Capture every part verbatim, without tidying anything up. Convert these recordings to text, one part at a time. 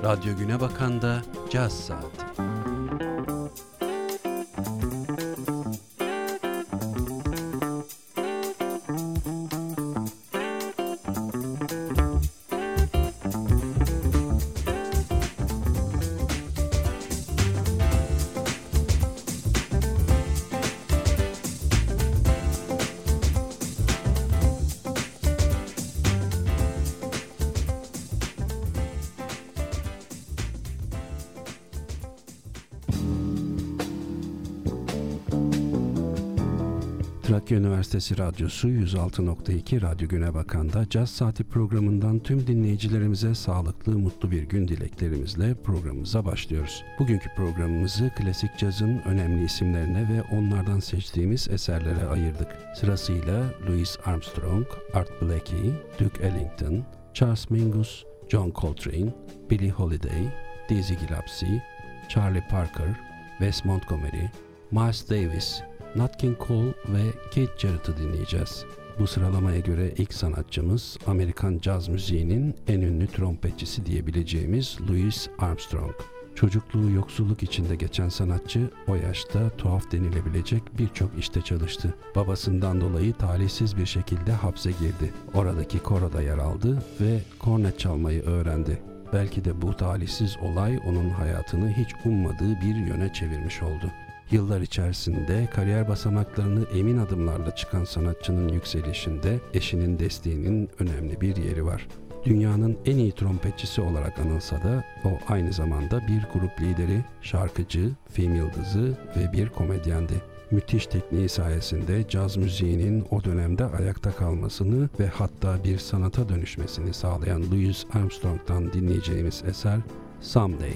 Radyo Güne Bakan'da Caz Saati. Trakya Üniversitesi Radyosu yüz altı nokta iki Radyo Güne Bakan'da Caz Saati programından tüm dinleyicilerimize sağlıklı, mutlu bir gün dileklerimizle programımıza başlıyoruz. Bugünkü programımızı klasik cazın önemli isimlerine ve onlardan seçtiğimiz eserlere ayırdık. Sırasıyla Louis Armstrong, Art Blakey, Duke Ellington, Charles Mingus, John Coltrane, Billie Holiday, Dizzy Gillespie, Charlie Parker, Wes Montgomery, Miles Davis, Nat King Cole ve Keith Jarrett'ı dinleyeceğiz. Bu sıralamaya göre ilk sanatçımız Amerikan caz müziğinin en ünlü trompetçisi diyebileceğimiz Louis Armstrong. Çocukluğu yoksulluk içinde geçen sanatçı o yaşta tuhaf denilebilecek birçok işte çalıştı. Babasından dolayı talihsiz bir şekilde hapse girdi. Oradaki koroda yer aldı ve kornet çalmayı öğrendi. Belki de bu talihsiz olay onun hayatını hiç ummadığı bir yöne çevirmiş oldu. Yıllar içerisinde kariyer basamaklarını emin adımlarla çıkan sanatçının yükselişinde eşinin desteğinin önemli bir yeri var. Dünyanın en iyi trompetçisi olarak anılsa da o aynı zamanda bir grup lideri, şarkıcı, film yıldızı ve bir komedyendi. Müthiş tekniği sayesinde caz müziğinin o dönemde ayakta kalmasını ve hatta bir sanata dönüşmesini sağlayan Louis Armstrong'dan dinleyeceğimiz eser Someday.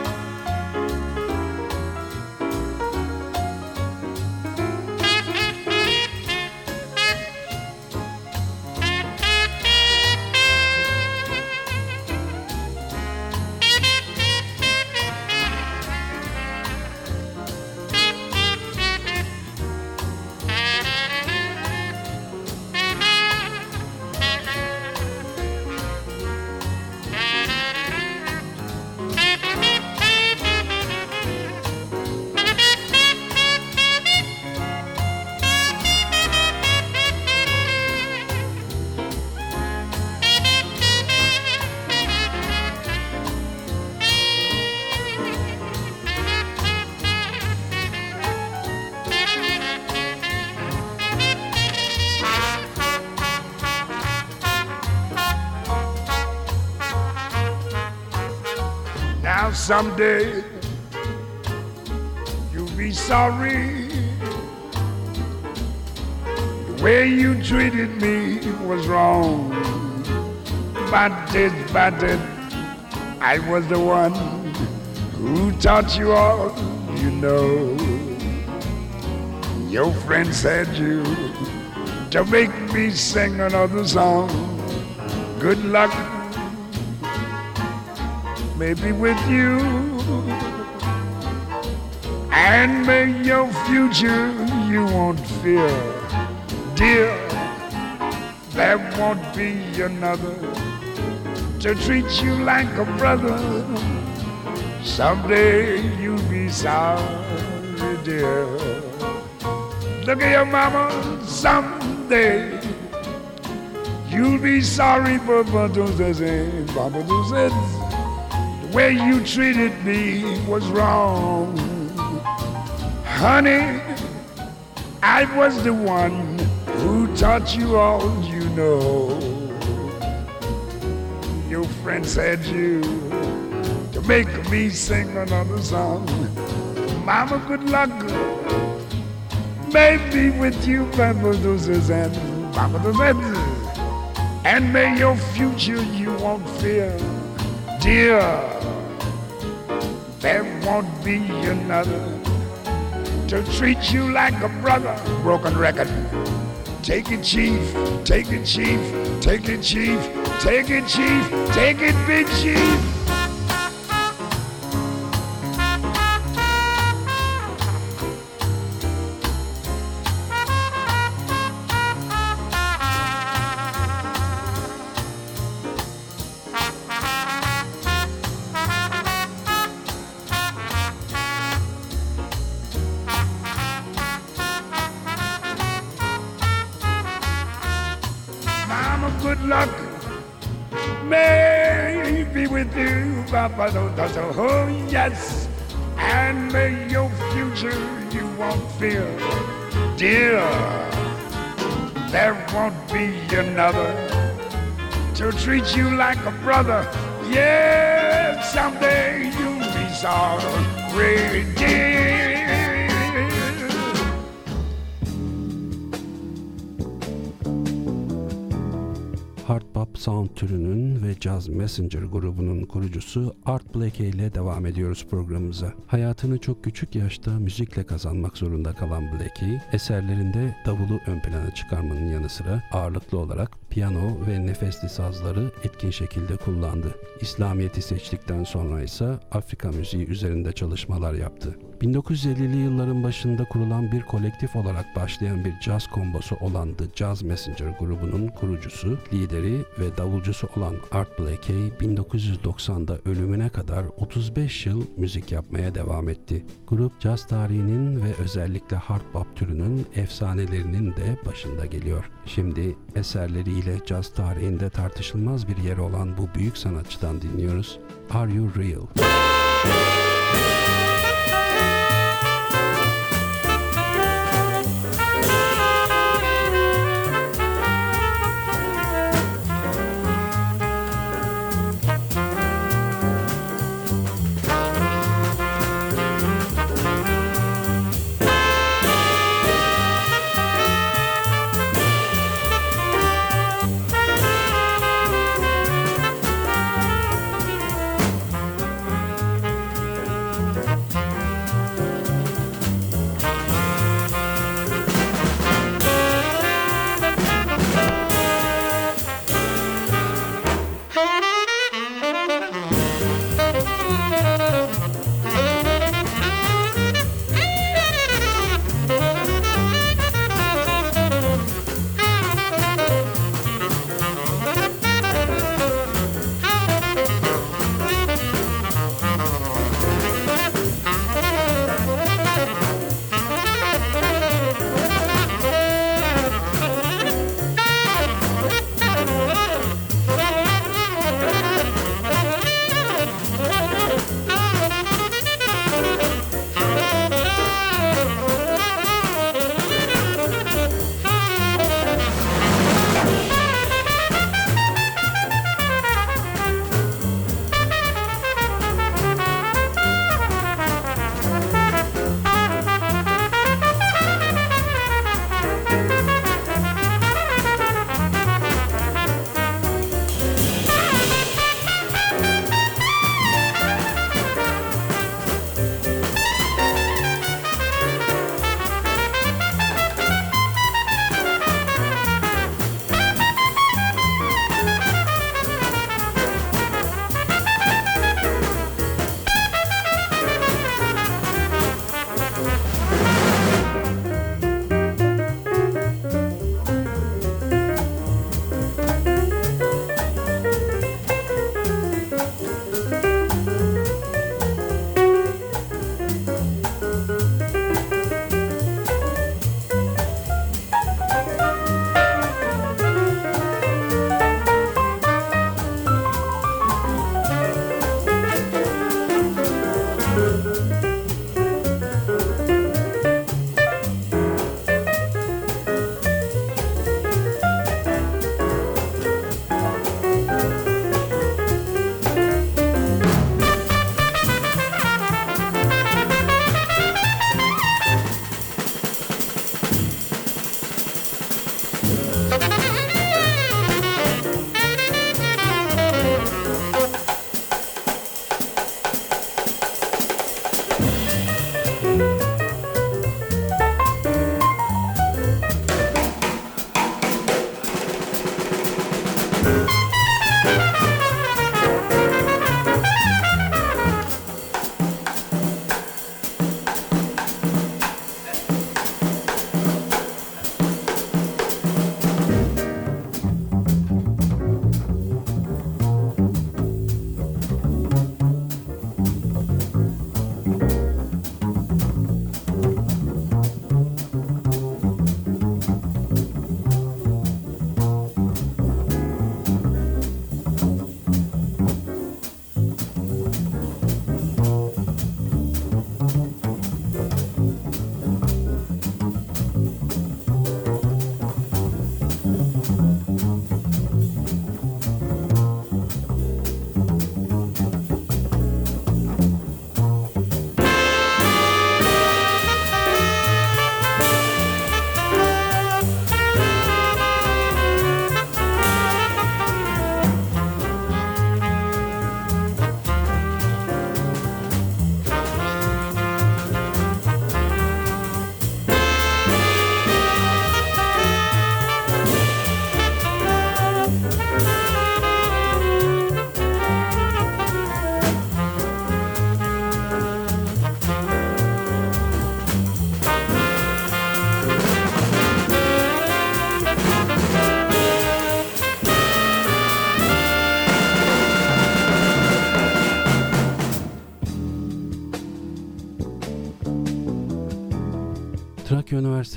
Someday you'll be sorry. The way you treated me was wrong. But it, but it, I was the one who taught you all you know. Your friend said you to make me sing another song. Good luck. Maybe with you, and may your future you won't fear, dear. There won't be another to treat you like a brother. Someday you'll be sorry, dear. Look at your mama, someday you'll be sorry for Papa says, Papa says. The way you treated me was wrong. Honey, I was the one who taught you all you know. Your friend said you to make me sing another song. Mama, good luck. Maybe with you, Papa says, and Papa says, and may your future you won't fear, dear. There won't be another to treat you like a brother. Broken record. Take it, chief. Take it, chief. Take it, chief. Take it, chief. Take it, big chief. Mama, good luck may be with you, Papa, oh yes, and may your future you won't fear, dear. There won't be another to treat you like a brother. Yes, someday you'll be sorry, dear. Hard Bop Sound türünün ve Jazz Messenger grubunun kurucusu Art Blakey ile devam ediyoruz programımıza. Hayatını çok küçük yaşta müzikle kazanmak zorunda kalan Blakey, eserlerinde davulu ön plana çıkarmanın yanı sıra ağırlıklı olarak piyano ve nefesli sazları etkin şekilde kullandı. İslamiyet'i seçtikten sonra ise Afrika müziği üzerinde çalışmalar yaptı. bin dokuz yüz ellili yılların başında kurulan bir kolektif olarak başlayan bir caz kombosu olan The Jazz Messenger grubunun kurucusu, lideri ve davulcusu olan Art Blakey bin dokuz yüz doksanda ölümüne kadar otuz beş yıl müzik yapmaya devam etti. Grup caz tarihinin ve özellikle hard bop türünün efsanelerinin de başında geliyor. Şimdi eserleriyle caz tarihinde tartışılmaz bir yeri olan bu büyük sanatçıdan dinliyoruz. Are You Real?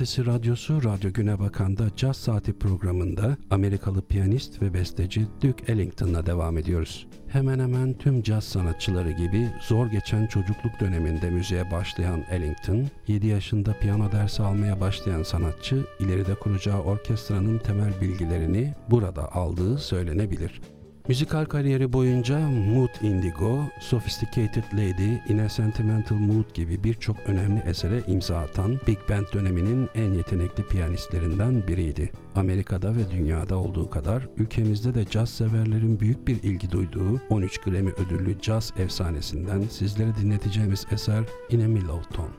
Üniversitesi Radyosu Radyo Güne Bakan'da Caz Saati programında Amerikalı piyanist ve besteci Duke Ellington'la devam ediyoruz. Hemen hemen tüm caz sanatçıları gibi zor geçen çocukluk döneminde müziğe başlayan Ellington, yedi yaşında piyano dersi almaya başlayan sanatçı, ileride kuracağı orkestranın temel bilgilerini burada aldığı söylenebilir. Müzikal kariyeri boyunca Mood Indigo, Sophisticated Lady, In a Sentimental Mood gibi birçok önemli esere imza atan Big Band döneminin en yetenekli piyanistlerinden biriydi. Amerika'da ve dünyada olduğu kadar ülkemizde de caz severlerin büyük bir ilgi duyduğu on üç Grammy ödüllü caz efsanesinden sizlere dinleteceğimiz eser In a Mellow Tone.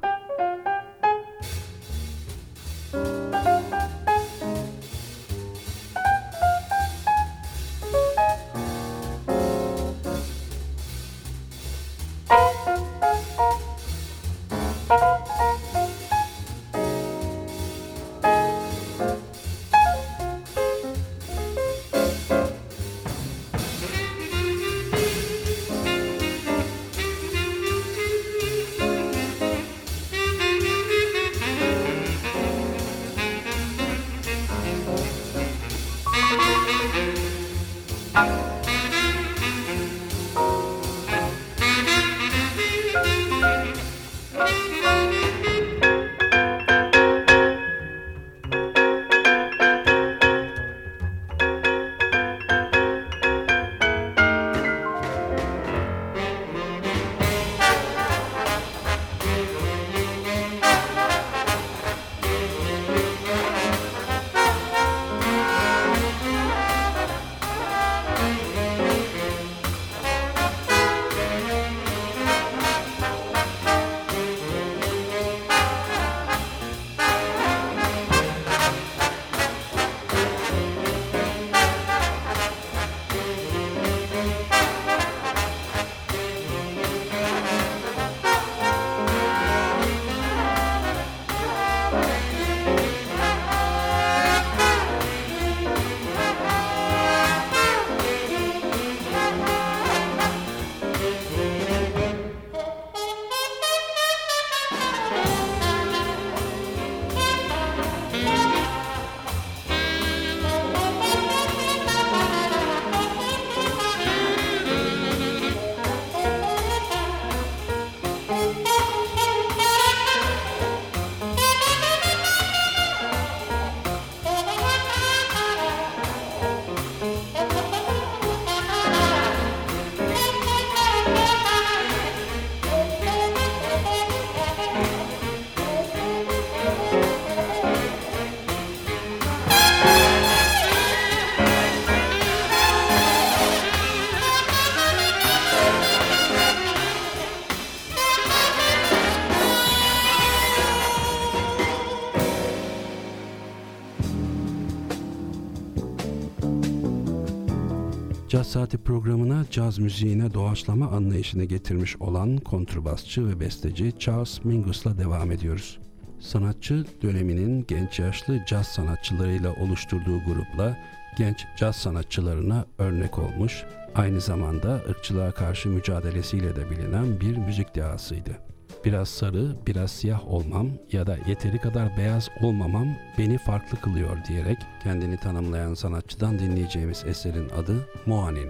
Caz Saati programına caz müziğine doğaçlama anlayışını getirmiş olan kontrbasçı ve besteci Charles Mingus'la devam ediyoruz. Sanatçı döneminin genç yaşlı caz sanatçılarıyla oluşturduğu grupla genç caz sanatçılarına örnek olmuş, aynı zamanda ırkçılığa karşı mücadelesiyle de bilinen bir müzik dehasıydı. Biraz sarı, biraz siyah olmam ya da yeteri kadar beyaz olmamam beni farklı kılıyor diyerek kendini tanımlayan sanatçıdan dinleyeceğimiz eserin adı Moanin.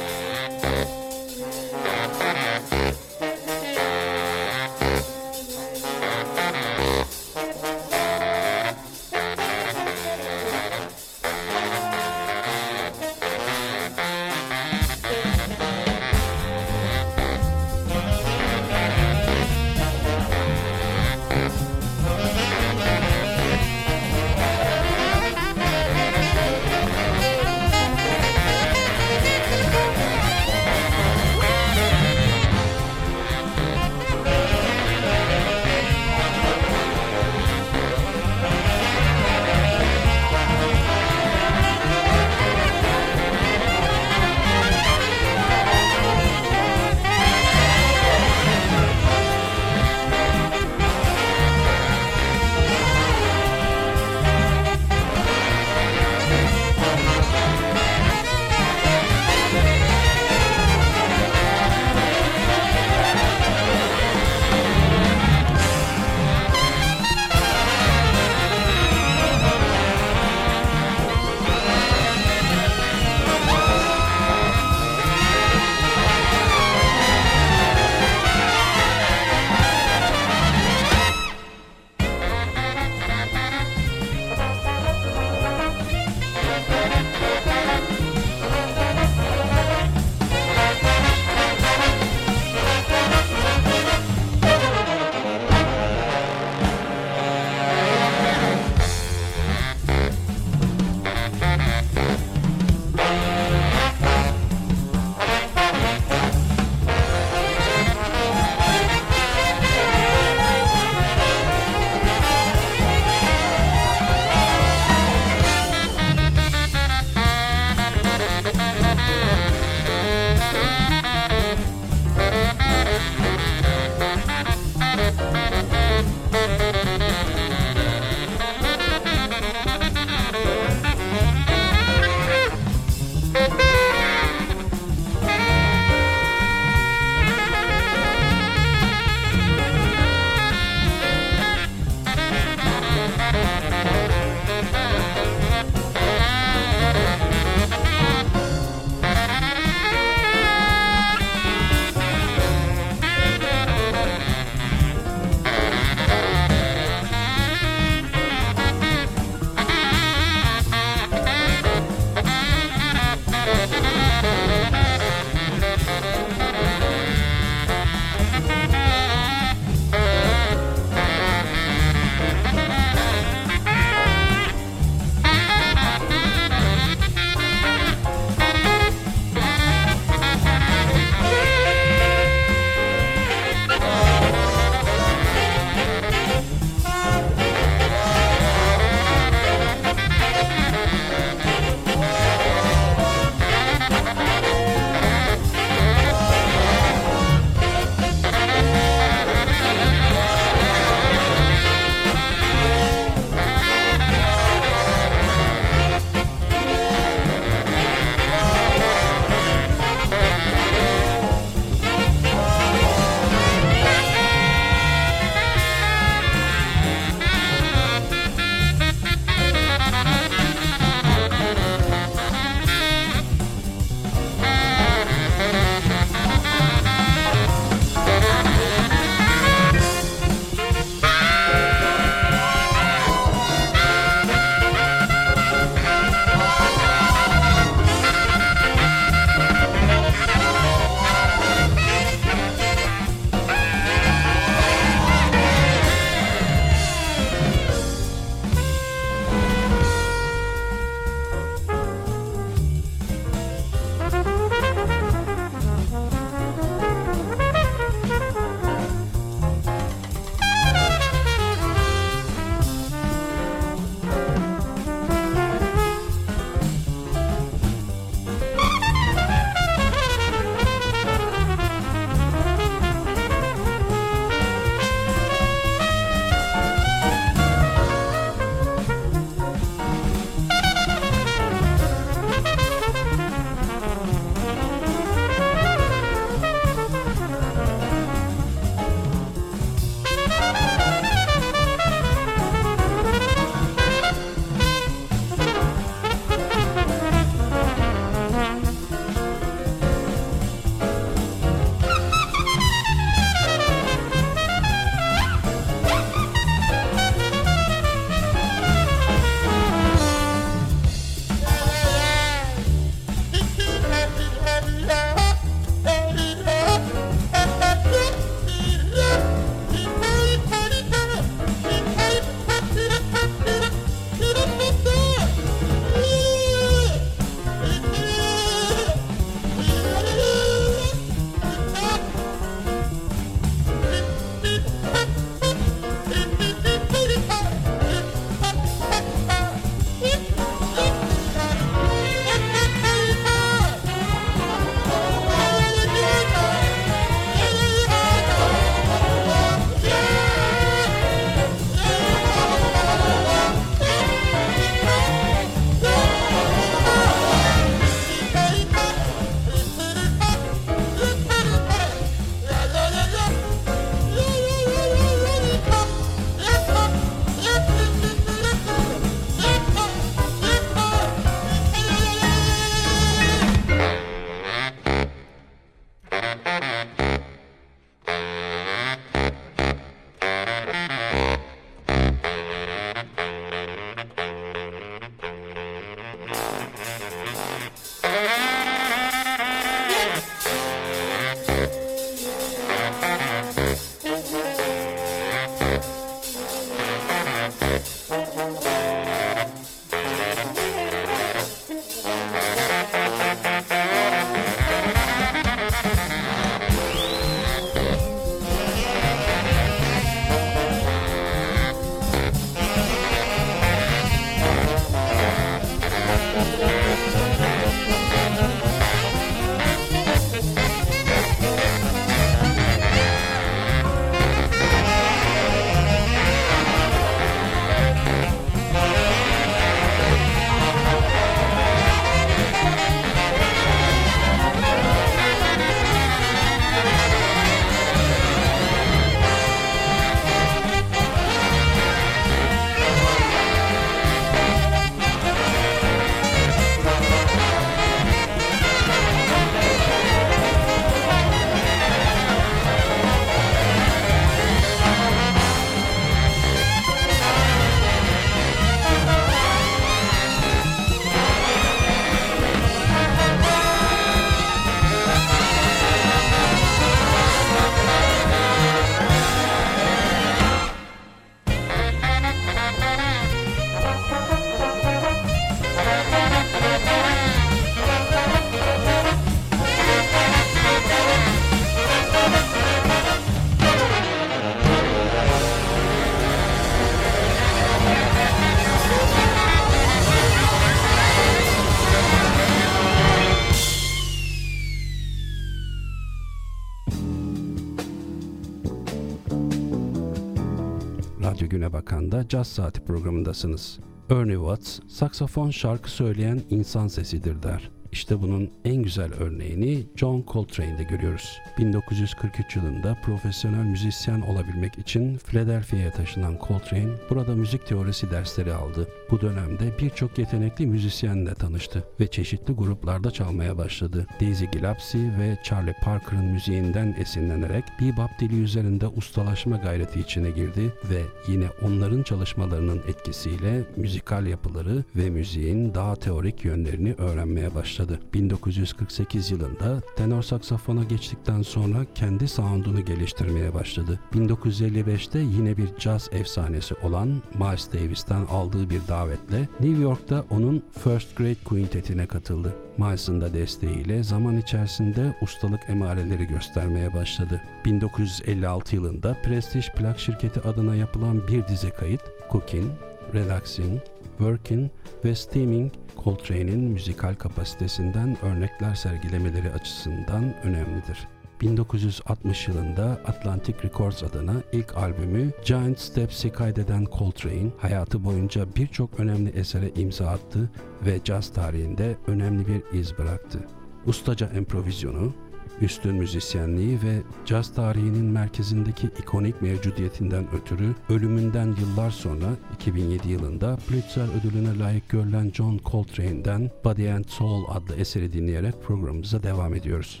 Güne Bakan'da Caz Saati programındasınız. Ernie Watts, saksafon şarkı söyleyen insan sesidir der. İşte bunun en güzel örneğini John Coltrane'de görüyoruz. bin dokuz yüz kırk üç yılında profesyonel müzisyen olabilmek için Philadelphia'ya taşınan Coltrane burada müzik teorisi dersleri aldı. Bu dönemde birçok yetenekli müzisyenle tanıştı ve çeşitli gruplarda çalmaya başladı. Dizzy Gillespie ve Charlie Parker'ın müziğinden esinlenerek bebop dili üzerinde ustalaşma gayreti içine girdi ve yine onların çalışmalarının etkisiyle müzikal yapıları ve müziğin daha teorik yönlerini öğrenmeye başladı. bin dokuz yüz kırk sekiz yılında tenor saksafona geçtikten sonra kendi sound'unu geliştirmeye başladı. bin dokuz yüz elli beşte yine bir caz efsanesi olan Miles Davis'ten aldığı bir davetle New York'ta onun First Grade Quintet'ine katıldı. Miles'ın da desteğiyle zaman içerisinde ustalık emareleri göstermeye başladı. bin dokuz yüz elli altı yılında Prestige Plak Şirketi adına yapılan bir dizi kayıt, Cooking, Relaxing, Working ve Steaming, Coltrane'in müzikal kapasitesinden örnekler sergilemeleri açısından önemlidir. bin dokuz yüz altmış yılında Atlantic Records adına ilk albümü Giant Steps'i kaydeden Coltrane, hayatı boyunca birçok önemli esere imza attı ve caz tarihinde önemli bir iz bıraktı. Ustaca improvizyonu, üstün müzisyenliği ve caz tarihinin merkezindeki ikonik mevcudiyetinden ötürü ölümünden yıllar sonra iki bin yedi yılında Pulitzer ödülüne layık görülen John Coltrane'den Body and Soul adlı eseri dinleyerek programımıza devam ediyoruz.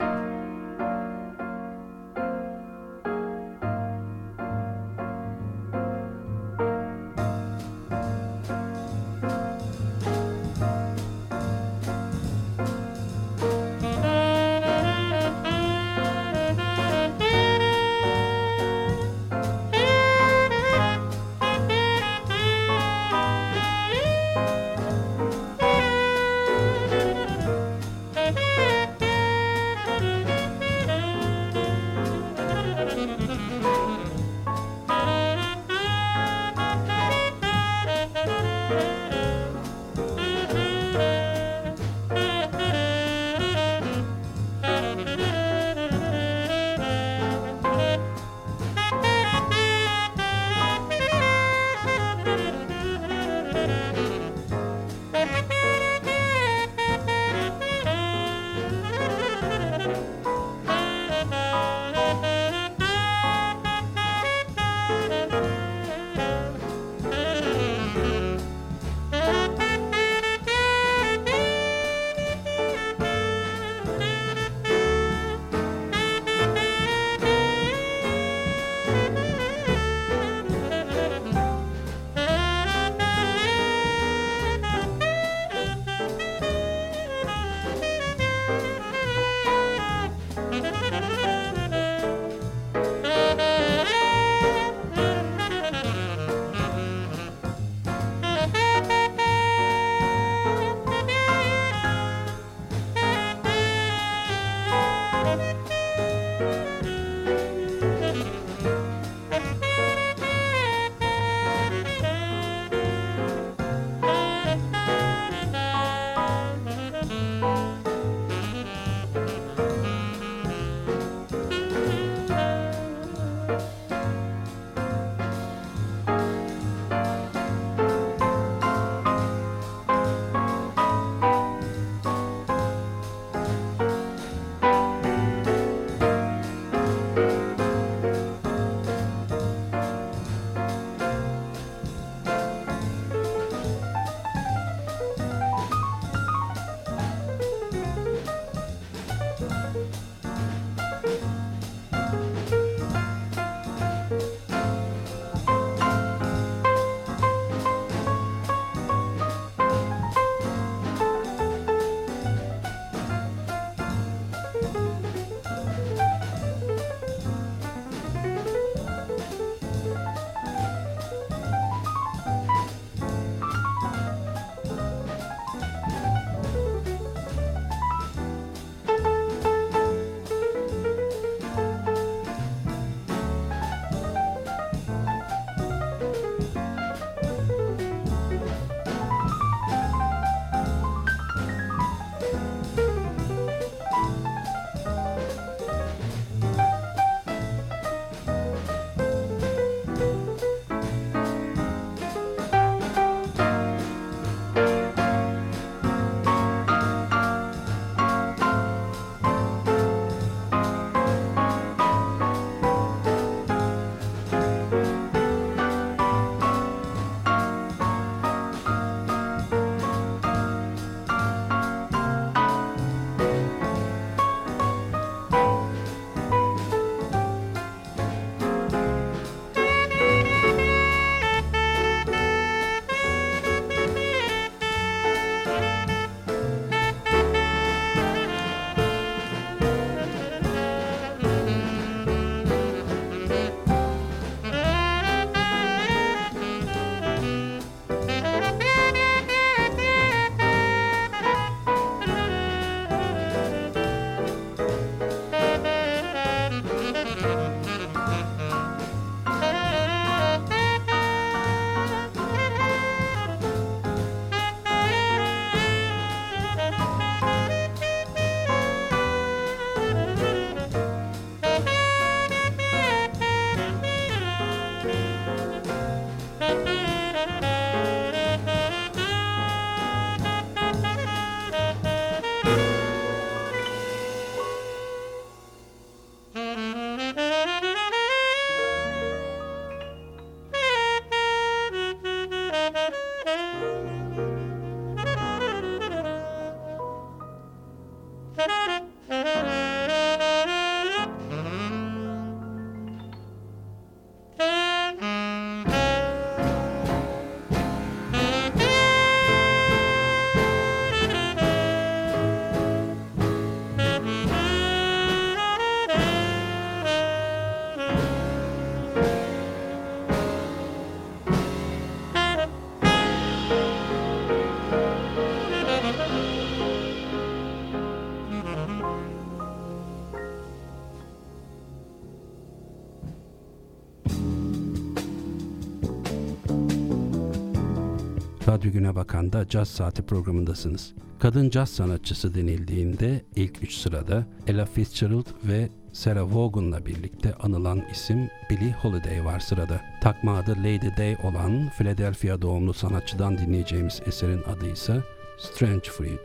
Radyo Güne Bakan'da Caz Saati programındasınız. Kadın caz sanatçısı denildiğinde ilk üç sırada Ella Fitzgerald ve Sarah Vaughan'la birlikte anılan isim Billie Holiday var sırada. Takma adı Lady Day olan Philadelphia doğumlu sanatçıdan dinleyeceğimiz eserin adı ise Strange Fruit.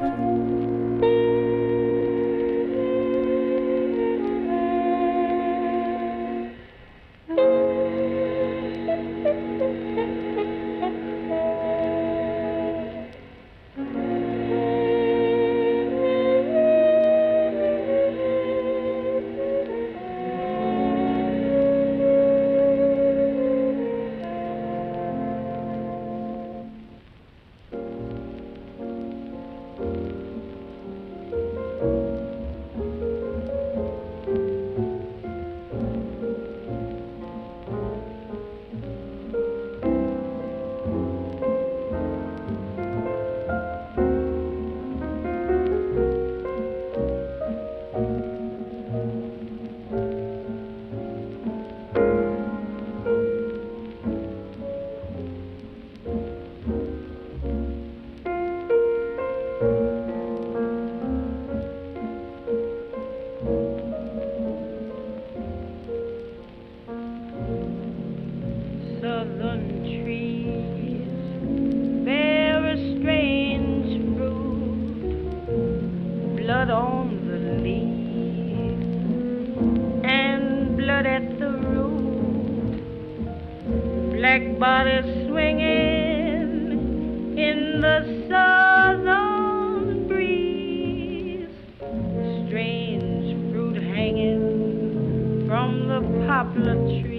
Black bodies swinging in the southern breeze, strange fruit hanging from the poplar trees.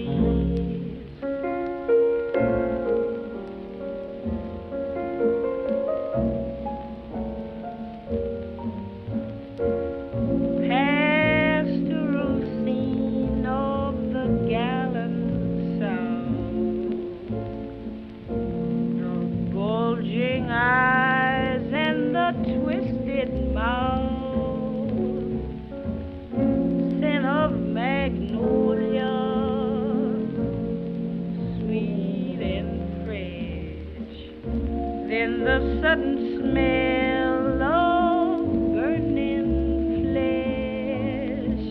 Pastoral scene of the gallant eyes and the twisted mouth, scent of magnolia, sweet and fresh, then the sudden smell of burning flesh.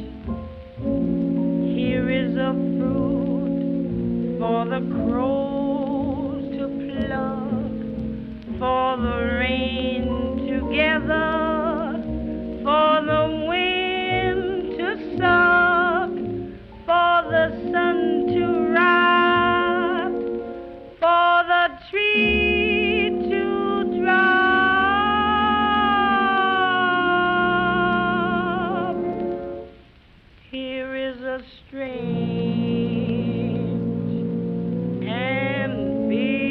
Here is a fruit for the crows to pluck, for the rain to gather, for the wind to suck, for the sun to rise, for the tree to drop. Here is a strange and big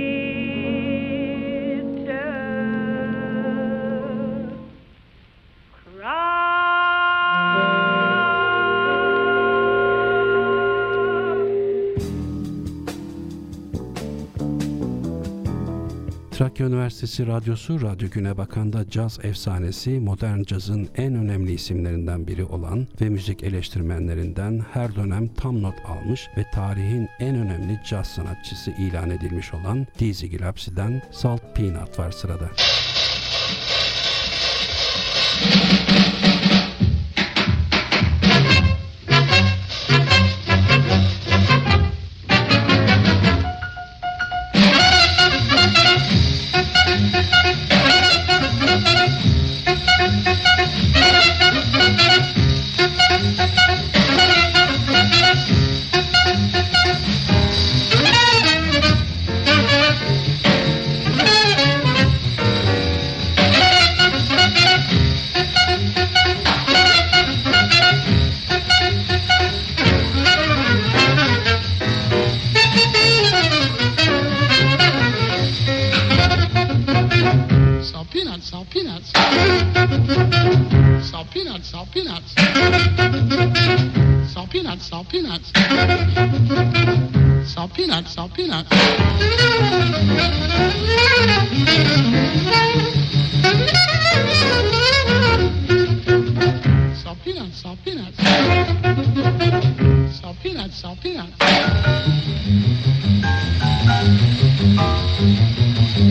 Trakya Üniversitesi Radyosu, Radyo Güne Bakan'da caz efsanesi, modern cazın en önemli isimlerinden biri olan ve müzik eleştirmenlerinden her dönem tam not almış ve tarihin en önemli caz sanatçısı ilan edilmiş olan Dizzy Gillespie'den Salt Peanut var sırada. Thank you.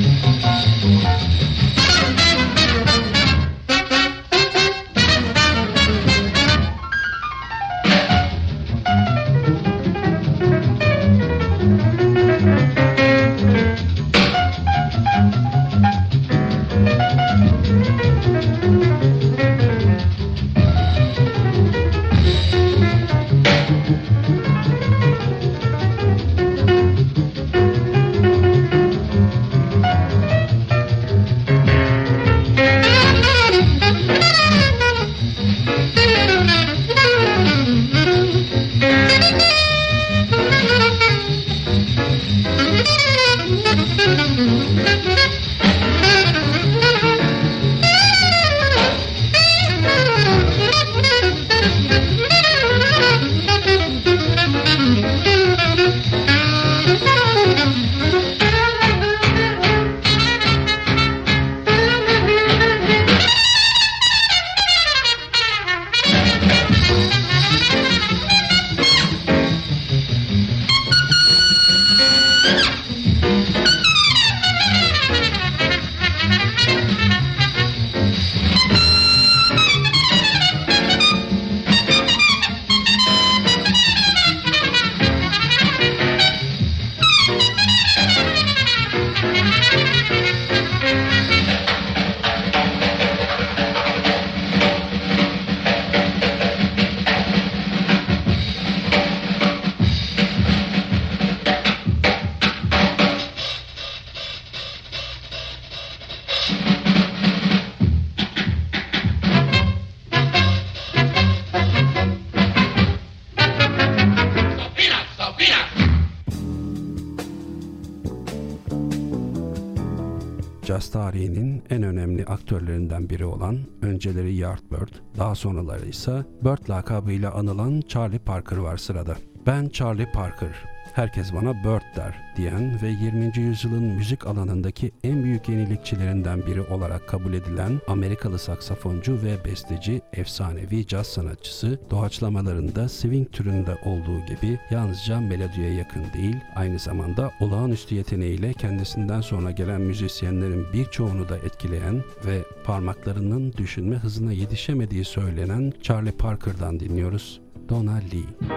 Caz tarihinin en önemli aktörlerinden biri olan önceleri Yardbird, daha sonraları ise Bird lakabıyla anılan Charlie Parker var sırada. Ben Charlie Parker, herkes bana Bird der diyen ve yirminci yüzyılın müzik alanındaki en büyük yenilikçilerinden biri olarak kabul edilen Amerikalı saksafoncu ve besteci, efsanevi caz sanatçısı, doğaçlamalarında swing türünde olduğu gibi yalnızca melodiye yakın değil, aynı zamanda olağanüstü yeteneğiyle kendisinden sonra gelen müzisyenlerin birçoğunu da etkileyen ve parmaklarının düşünme hızına yetişemediği söylenen Charlie Parker'dan dinliyoruz. Donna Lee.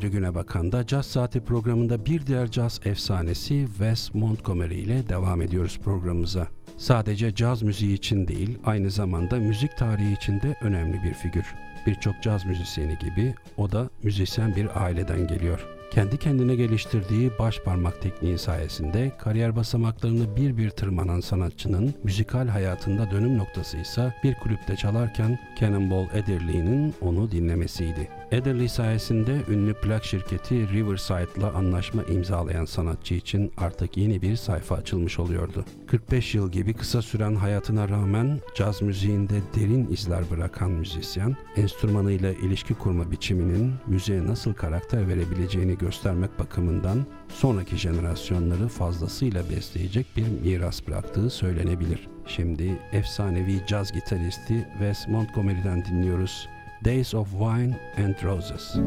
Radyo Güne Bakan'da Caz Saati programında bir diğer caz efsanesi Wes Montgomery ile devam ediyoruz programımıza. Sadece caz müziği için değil, aynı zamanda müzik tarihi için de önemli bir figür. Birçok caz müzisyeni gibi o da müzisyen bir aileden geliyor. Kendi kendine geliştirdiği baş parmak tekniği sayesinde kariyer basamaklarını bir bir tırmanan sanatçının müzikal hayatında dönüm noktası ise bir kulüpte çalarken Cannonball Adderley'nin onu dinlemesiydi. Adderley sayesinde ünlü plak şirketi Riverside'la anlaşma imzalayan sanatçı için artık yeni bir sayfa açılmış oluyordu. kırk beş yıl gibi kısa süren hayatına rağmen caz müziğinde derin izler bırakan müzisyen, enstrümanıyla ilişki kurma biçiminin müziğe nasıl karakter verebileceğini göstermek bakımından sonraki jenerasyonları fazlasıyla besleyecek bir miras bıraktığı söylenebilir. Şimdi efsanevi caz gitaristi Wes Montgomery'den dinliyoruz. Days of Wine and Roses.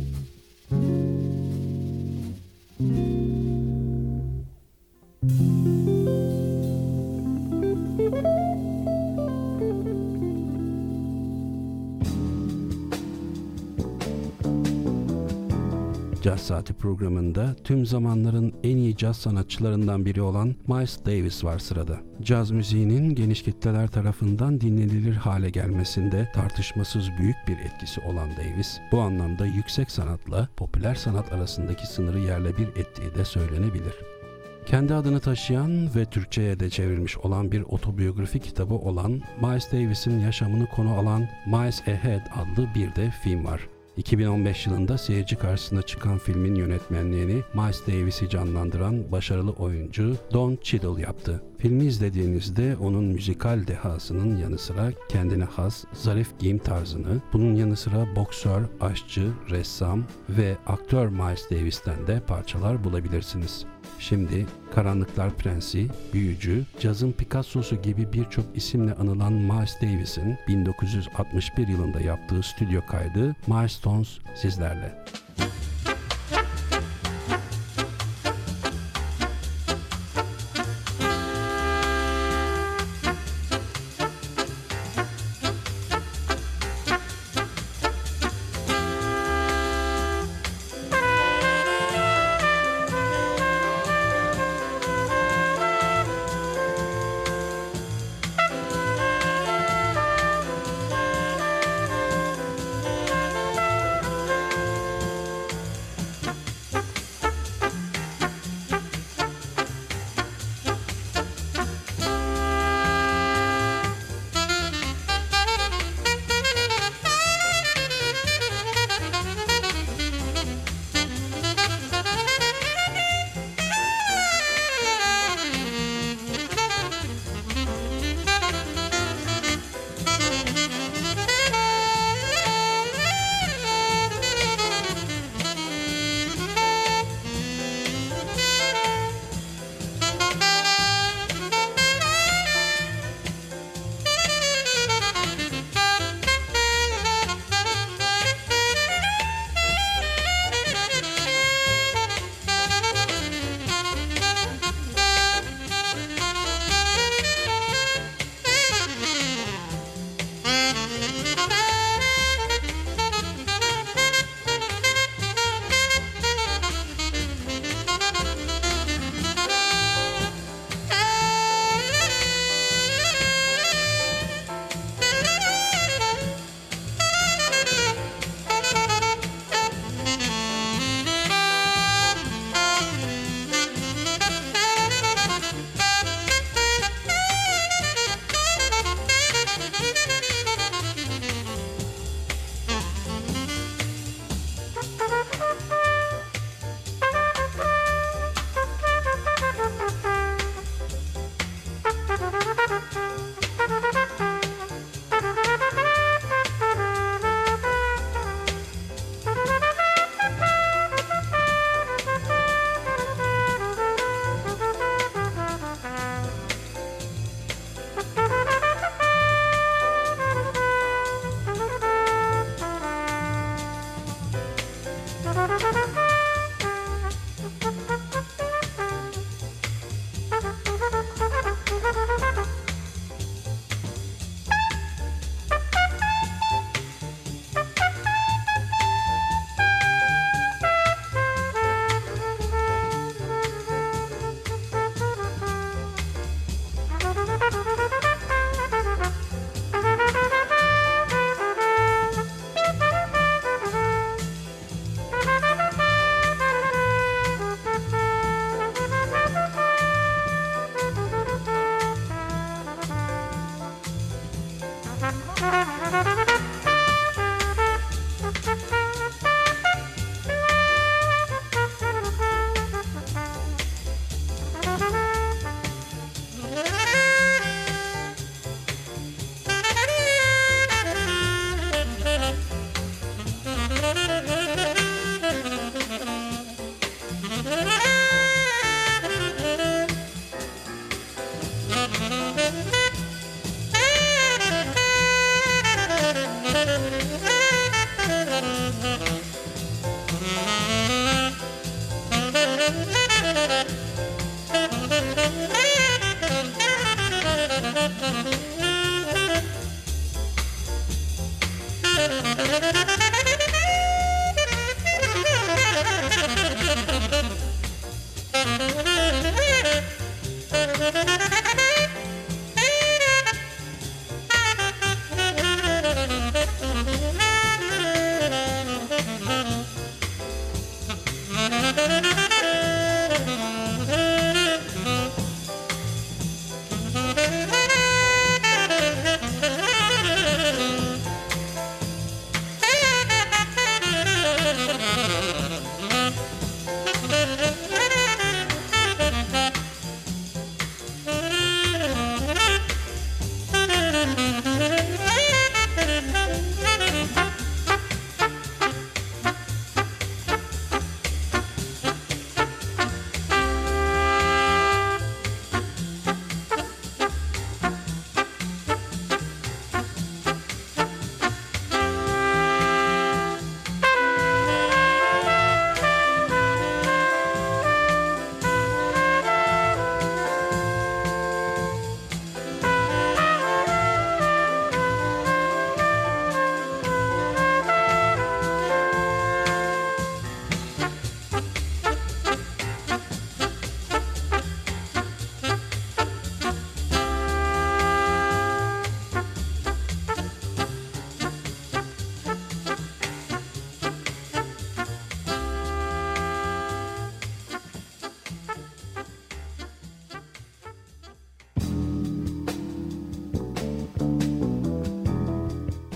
Thank you. Caz Saati programında tüm zamanların en iyi caz sanatçılarından biri olan Miles Davis var sırada. Caz müziğinin geniş kitleler tarafından dinlenilir hale gelmesinde tartışmasız büyük bir etkisi olan Davis, bu anlamda yüksek sanatla popüler sanat arasındaki sınırı yerle bir ettiği de söylenebilir. Kendi adını taşıyan ve Türkçe'ye de çevrilmiş olan bir otobiyografi kitabı olan Miles Davis'in yaşamını konu alan Miles Ahead adlı bir de film var. iki bin on beş yılında seyirci karşısına çıkan filmin yönetmenliğini Miles Davis'i canlandıran başarılı oyuncu Don Cheadle yaptı. Filmi izlediğinizde onun müzikal dehasının yanı sıra kendine has zarif giyim tarzını, bunun yanı sıra boksör, aşçı, ressam ve aktör Miles Davis'ten de parçalar bulabilirsiniz. Şimdi Karanlıklar Prensi, Büyücü, cazın Picasso'su gibi birçok isimle anılan Miles Davis'in bin dokuz yüz altmış bir yılında yaptığı stüdyo kaydı Milestones sizlerle.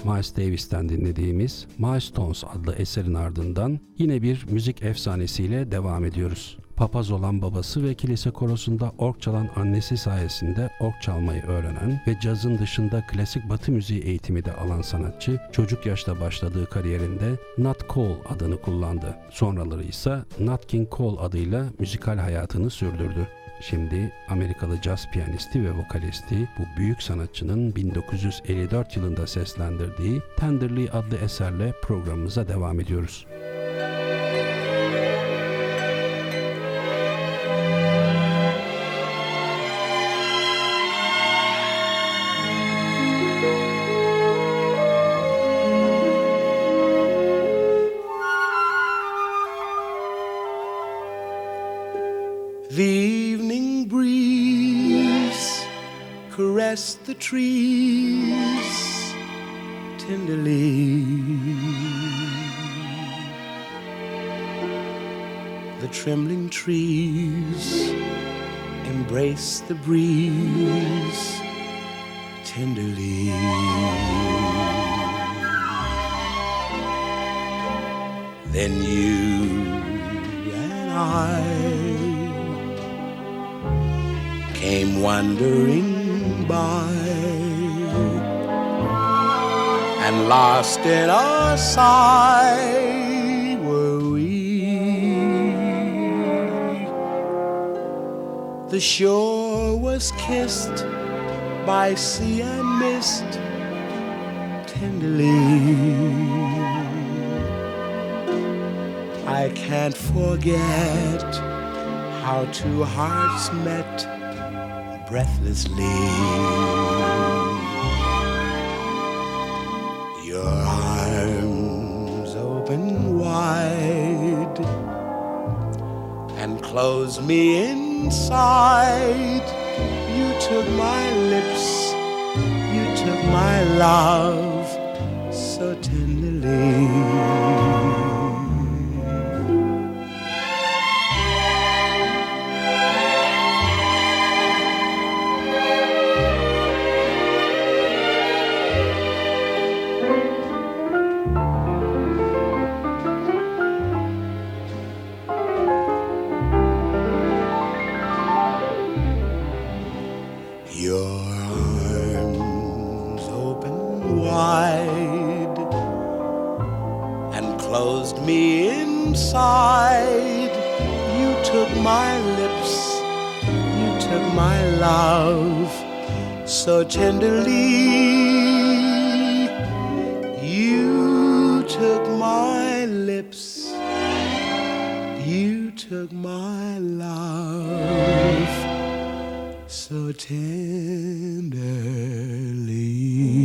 Miles Davis'ten dinlediğimiz Milestones adlı eserin ardından yine bir müzik efsanesiyle devam ediyoruz. Papaz olan babası ve kilise korosunda org çalan annesi sayesinde org çalmayı öğrenen ve cazın dışında klasik batı müziği eğitimi de alan sanatçı, çocuk yaşta başladığı kariyerinde Nat Cole adını kullandı. Sonraları ise Nat King Cole adıyla müzikal hayatını sürdürdü. Şimdi Amerikalı caz piyanisti ve vokalisti bu büyük sanatçının bin dokuz yüz elli dört yılında seslendirdiği Tenderly adlı eserle programımıza devam ediyoruz. The evening breeze caressed the trees tenderly. The trembling trees embraced the breeze tenderly. Then you and I came wandering by, and lost in our sight were we. The shore was kissed by sea and mist tenderly. I can't forget how two hearts met breathlessly. Your arms open wide and closed me inside. You took my lips, you took my love so tenderly. So tenderly, you took my lips, you took my love, so tenderly.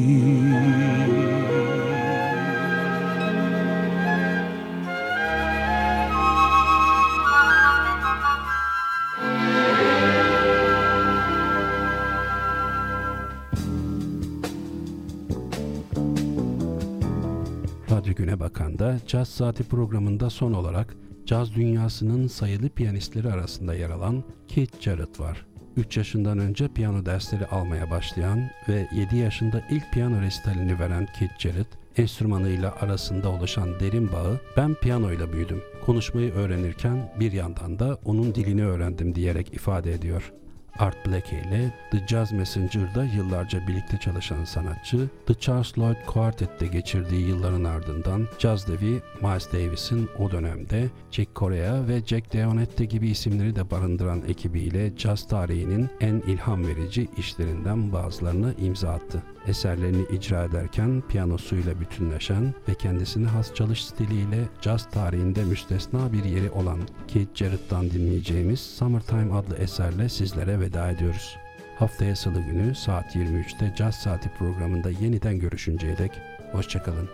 Güne Bakan'da Caz Saati programında son olarak caz dünyasının sayılı piyanistleri arasında yer alan Keith Jarrett var. üç yaşından önce piyano dersleri almaya başlayan ve yedi yaşında ilk piyano resitalini veren Keith Jarrett, enstrümanıyla arasında oluşan derin bağı "Ben piyanoyla büyüdüm, konuşmayı öğrenirken bir yandan da onun dilini öğrendim" diyerek ifade ediyor. Art Blakey ile The Jazz Messenger'da yıllarca birlikte çalışan sanatçı, The Charles Lloyd Quartet'te geçirdiği yılların ardından caz devi Miles Davis'in o dönemde Chick Corea ve Jack Deonette gibi isimleri de barındıran ekibiyle caz tarihinin en ilham verici işlerinden bazılarına imza attı. Eserlerini icra ederken piyanosuyla bütünleşen ve kendisine has çalış stiliyle caz tarihinde müstesna bir yeri olan Keith Jarrett'tan dinleyeceğimiz Summertime adlı eserle sizlere veda ediyoruz. Haftaya Salı günü saat yirmi üçte Caz Saati programında yeniden görüşünceye dek hoşçakalın.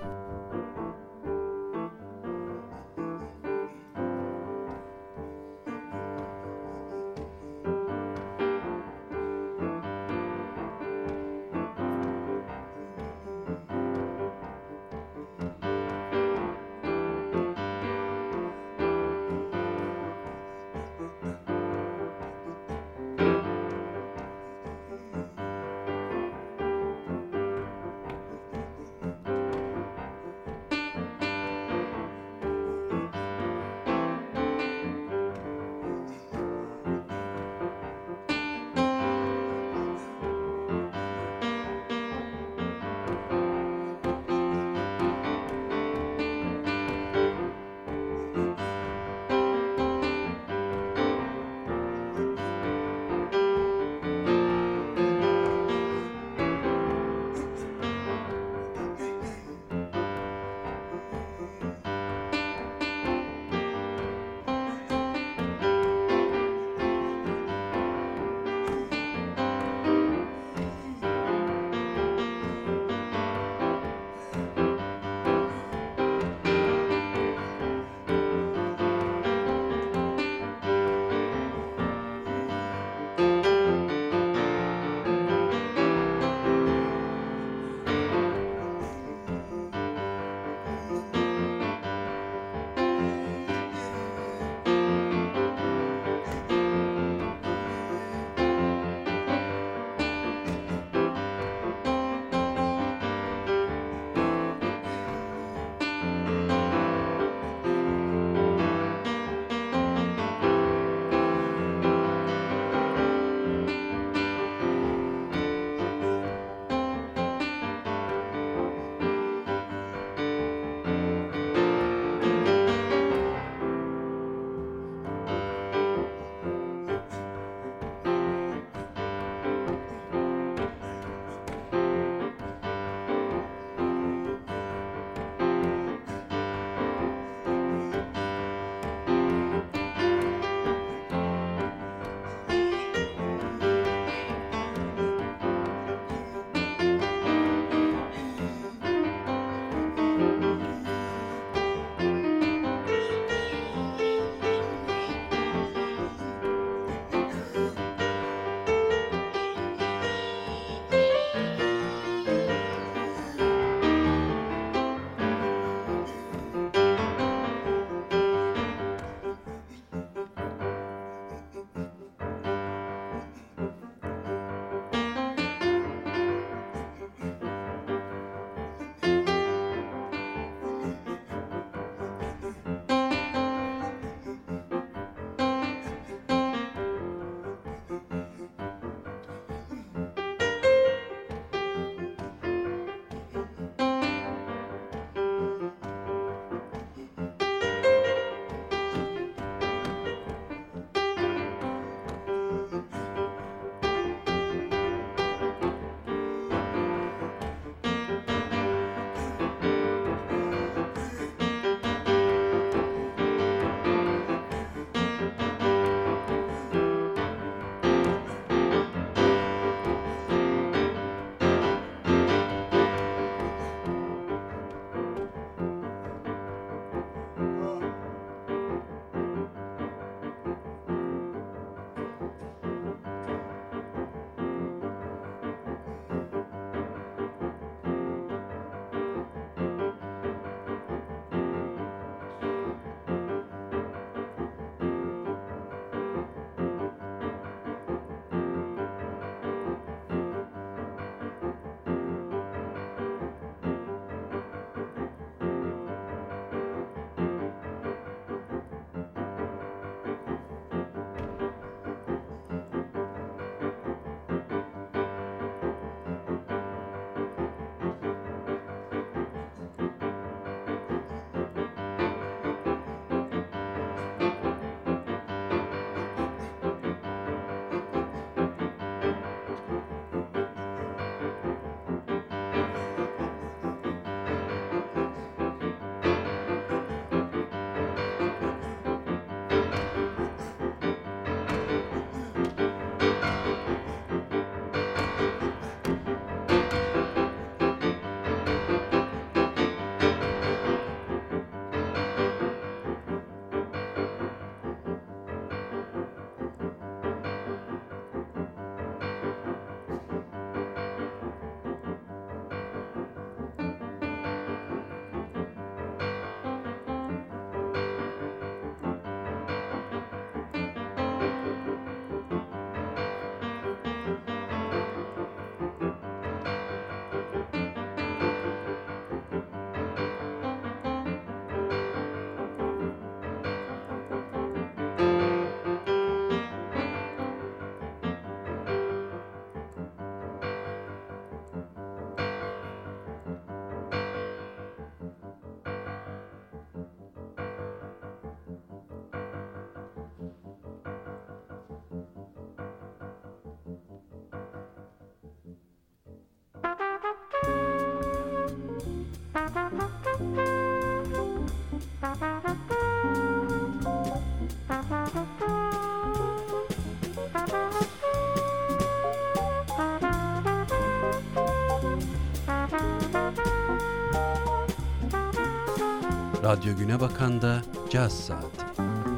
Radyo Güne Bakan'da Caz Saati.